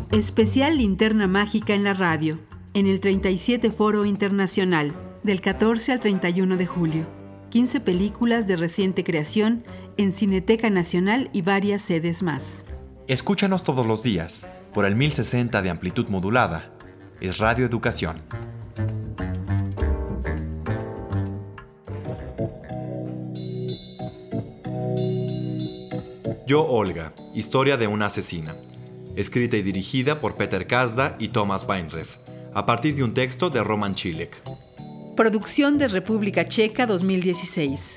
Especial Linterna Mágica en la radio, en el 37 Foro Internacional, del 14 al 31 de julio. 15 películas de reciente creación en Cineteca Nacional y varias sedes más. Escúchanos todos los días por el 1060 de amplitud modulada. Es Radio Educación. Yo, Olga, historia de una asesina. Escrita y dirigida por Peter Kazda y Thomas Weinreff, a partir de un texto de Roman Chilek. Producción de República Checa 2016.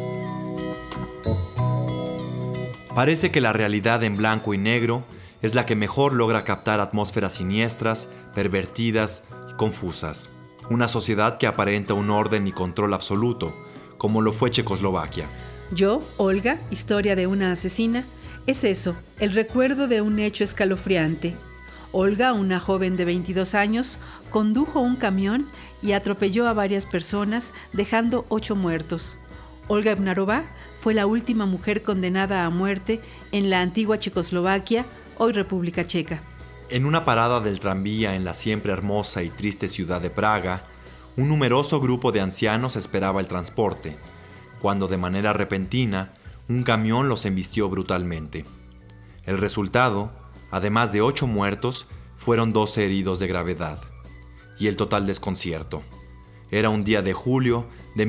Parece que la realidad en blanco y negro es la que mejor logra captar atmósferas siniestras, pervertidas y confusas. Una sociedad que aparenta un orden y control absoluto, como lo fue Checoslovaquia. Yo, Olga, historia de una asesina, es eso, el recuerdo de un hecho escalofriante. Olga, una joven de 22 años, condujo un camión y atropelló a varias personas, dejando 8 muertos. Olga Ebnarová fue la última mujer condenada a muerte en la antigua Checoslovaquia, hoy República Checa. En una parada del tranvía en la siempre hermosa y triste ciudad de Praga, un numeroso grupo de ancianos esperaba el transporte, cuando de manera repentina, un camión los embistió brutalmente. El resultado, además de 8 muertos, fueron 12 heridos de gravedad. Y el total desconcierto. Era un día de julio de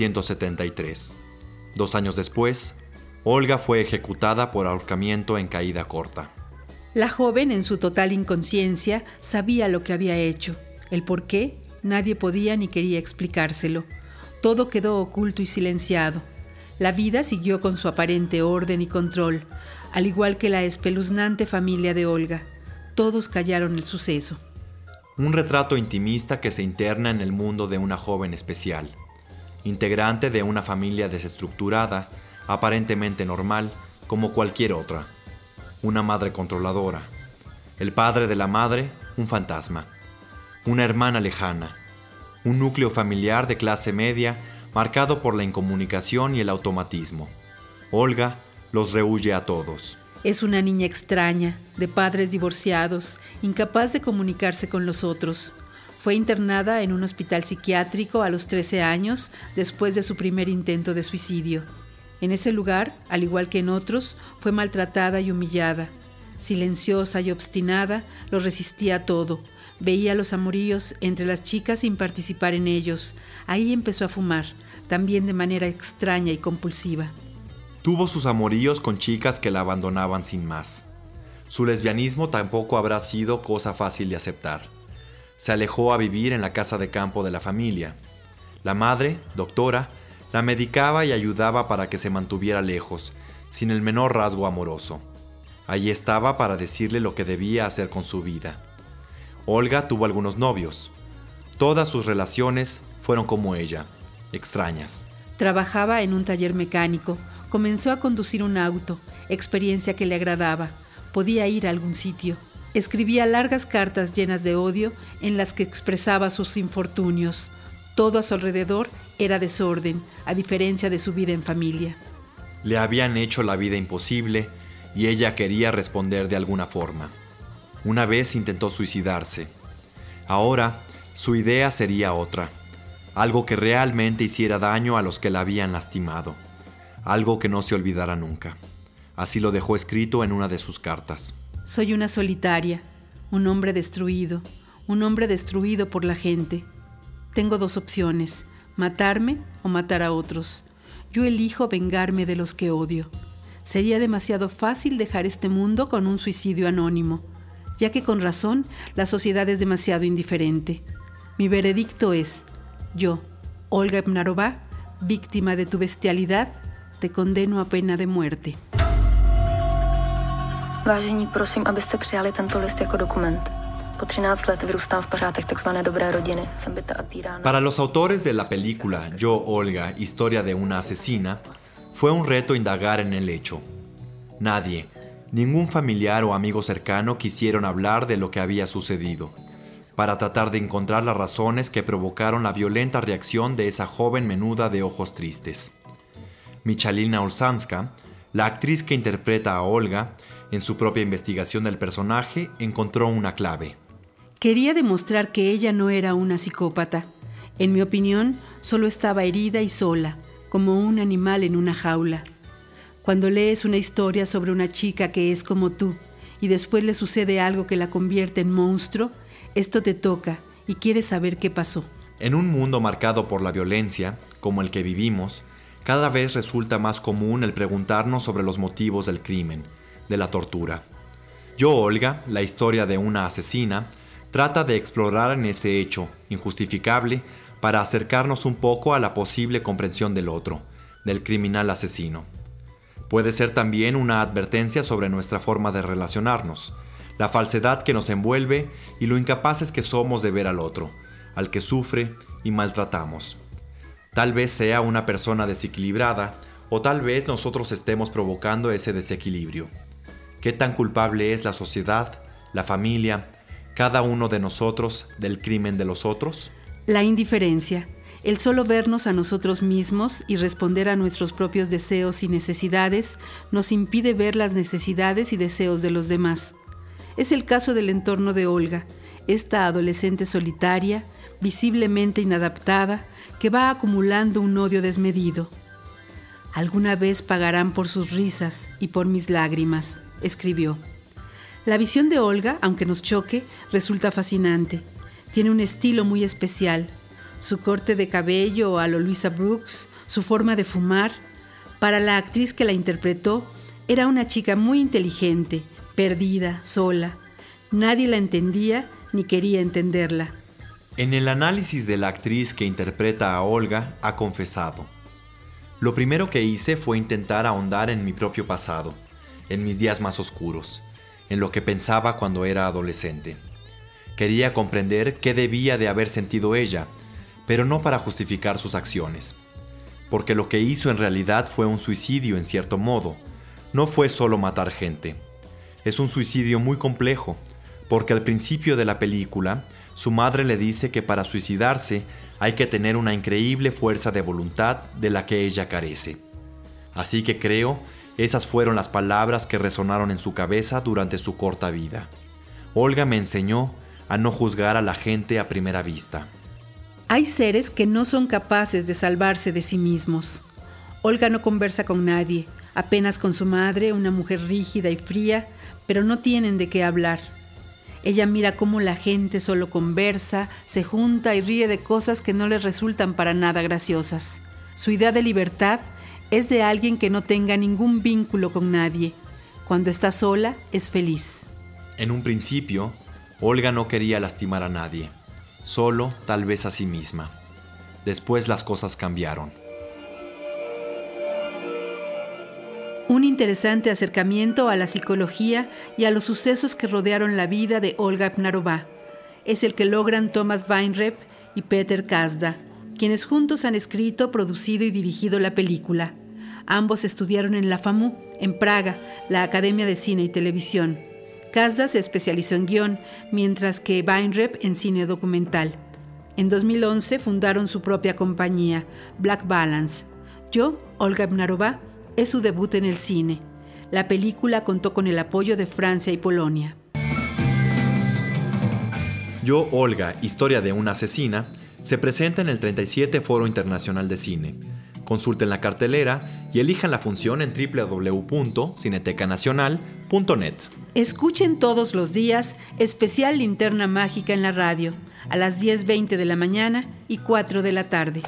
1973. 2 años después, Olga fue ejecutada por ahorcamiento en caída corta. La joven, en su total inconsciencia, sabía lo que había hecho. El por qué, nadie podía ni quería explicárselo. Todo quedó oculto y silenciado. La vida siguió con su aparente orden y control, al igual que la espeluznante familia de Olga. Todos callaron el suceso. Un retrato intimista que se interna en el mundo de una joven especial, integrante de una familia desestructurada, aparentemente normal, como cualquier otra. Una madre controladora. El padre de la madre, un fantasma. Una hermana lejana. Un núcleo familiar de clase media marcado por la incomunicación y el automatismo. Olga los rehúye a todos. Es una niña extraña, de padres divorciados, incapaz de comunicarse con los otros. Fue internada en un hospital psiquiátrico a los 13 años, después de su primer intento de suicidio. En ese lugar, al igual que en otros, fue maltratada y humillada. Silenciosa y obstinada, lo resistía a todo. Veía los amoríos entre las chicas sin participar en ellos. Ahí empezó a fumar, también de manera extraña y compulsiva. Tuvo sus amoríos con chicas que la abandonaban sin más. Su lesbianismo tampoco habrá sido cosa fácil de aceptar. Se alejó a vivir en la casa de campo de la familia. La madre, doctora, la medicaba y ayudaba para que se mantuviera lejos, sin el menor rasgo amoroso. Allí estaba para decirle lo que debía hacer con su vida. Olga tuvo algunos novios. Todas sus relaciones fueron como ella, extrañas. Trabajaba en un taller mecánico. Comenzó a conducir un auto, experiencia que le agradaba. Podía ir a algún sitio. Escribía largas cartas llenas de odio en las que expresaba sus infortunios. Todo a su alrededor era desorden, a diferencia de su vida en familia. Le habían hecho la vida imposible y ella quería responder de alguna forma. Una vez intentó suicidarse. Ahora, su idea sería otra. Algo que realmente hiciera daño a los que la habían lastimado. Algo que no se olvidara nunca. Así lo dejó escrito en una de sus cartas. Soy una solitaria, un hombre destruido por la gente. Tengo 2 opciones, matarme o matar a otros. Yo elijo vengarme de los que odio. Sería demasiado fácil dejar este mundo con un suicidio anónimo, ya que con razón la sociedad es demasiado indiferente. Mi veredicto es, yo, Olga Ebnarová, víctima de tu bestialidad, te condeno a pena de muerte. Vážení, prosím, abyste přijali tento list jako dokument. Po 13 let vyrůstám v pořádek takzvané dobré rodiny. Jsem byta a týrána. Para los autores de la película Yo, Olga, historia de una asesina, fue un reto indagar en el hecho. Nadie, ningún familiar o amigo cercano quisieron hablar de lo que había sucedido, para tratar de encontrar las razones que provocaron la violenta reacción de esa joven menuda de ojos tristes. Michalina Olszanska, la actriz que interpreta a Olga, En su propia investigación del personaje encontró una clave. Quería demostrar que ella no era una psicópata. En mi opinión, solo estaba herida y sola, como un animal en una jaula. Cuando lees una historia sobre una chica que es como tú y después le sucede algo que la convierte en monstruo, esto te toca y quieres saber qué pasó. En un mundo marcado por la violencia, como el que vivimos, cada vez resulta más común el preguntarnos sobre los motivos del crimen, de la tortura. Yo, Olga, la historia de una asesina, trata de explorar en ese hecho injustificable para acercarnos un poco a la posible comprensión del otro, del criminal asesino. Puede ser también una advertencia sobre nuestra forma de relacionarnos, la falsedad que nos envuelve y lo incapaces que somos de ver al otro, al que sufre y maltratamos. Tal vez sea una persona desequilibrada o tal vez nosotros estemos provocando ese desequilibrio. ¿Qué tan culpable es la sociedad, la familia, cada uno de nosotros del crimen de los otros? La indiferencia, el solo vernos a nosotros mismos y responder a nuestros propios deseos y necesidades nos impide ver las necesidades y deseos de los demás. Es el caso del entorno de Olga, esta adolescente solitaria, visiblemente inadaptada, que va acumulando un odio desmedido. Alguna vez pagarán por sus risas y por mis lágrimas, escribió. La visión de Olga, aunque nos choque, resulta fascinante. Tiene un estilo muy especial. Su corte de cabello a lo Louisa Brooks, su forma de fumar. Para la actriz que la interpretó, era una chica muy inteligente, perdida, sola. Nadie la entendía ni quería entenderla. En el análisis de la actriz que interpreta a Olga, ha confesado: lo primero que hice fue intentar ahondar en mi propio pasado, en mis días más oscuros, en lo que pensaba cuando era adolescente. Quería comprender qué debía de haber sentido ella, pero no para justificar sus acciones. Porque lo que hizo en realidad fue un suicidio en cierto modo, no fue solo matar gente. Es un suicidio muy complejo, porque al principio de la película, su madre le dice que para suicidarse hay que tener una increíble fuerza de voluntad de la que ella carece. Así que creo, esas fueron las palabras que resonaron en su cabeza durante su corta vida. Olga me enseñó a no juzgar a la gente a primera vista. Hay seres que no son capaces de salvarse de sí mismos. Olga no conversa con nadie, apenas con su madre, una mujer rígida y fría, pero no tienen de qué hablar. Ella mira cómo la gente solo conversa, se junta y ríe de cosas que no les resultan para nada graciosas. Su idea de libertad es de alguien que no tenga ningún vínculo con nadie. Cuando está sola, es feliz. En un principio, Olga no quería lastimar a nadie, solo tal vez a sí misma. Después las cosas cambiaron. Un interesante acercamiento a la psicología y a los sucesos que rodearon la vida de Olga Pnarová es el que logran Thomas Weinreb y Peter Kazda, quienes juntos han escrito, producido y dirigido la película. Ambos estudiaron en la FAMU, en Praga, la Academia de Cine y Televisión. Kazda se especializó en guión, mientras que Weinreb en cine documental. En 2011 fundaron su propia compañía, Black Balance. Yo, Olga Pnarová, es su debut en el cine. La película contó con el apoyo de Francia y Polonia. Yo, Olga, historia de una asesina, se presenta en el 37 Foro Internacional de Cine. Consulten la cartelera y elijan la función en www.cinetecanacional.net. Escuchen todos los días especial Linterna Mágica en la radio, a las 10:20 de la mañana y 4 de la tarde.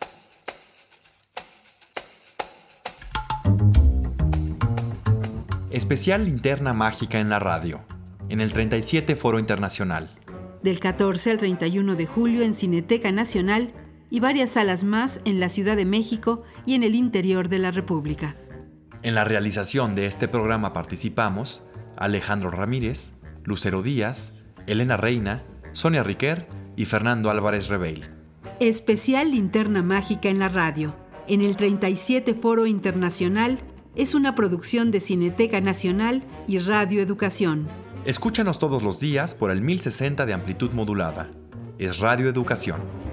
Especial Linterna Mágica en la radio, en el 37 Foro Internacional. Del 14 al 31 de julio en Cineteca Nacional y varias salas más en la Ciudad de México y en el interior de la República. En la realización de este programa participamos Alejandro Ramírez, Lucero Díaz, Elena Reina, Sonia Riquer y Fernando Álvarez Rebeil. Especial Linterna Mágica en la radio, en el 37 Foro Internacional, es una producción de Cineteca Nacional y Radio Educación. Escúchanos todos los días por el 1060 de amplitud modulada. Es Radio Educación.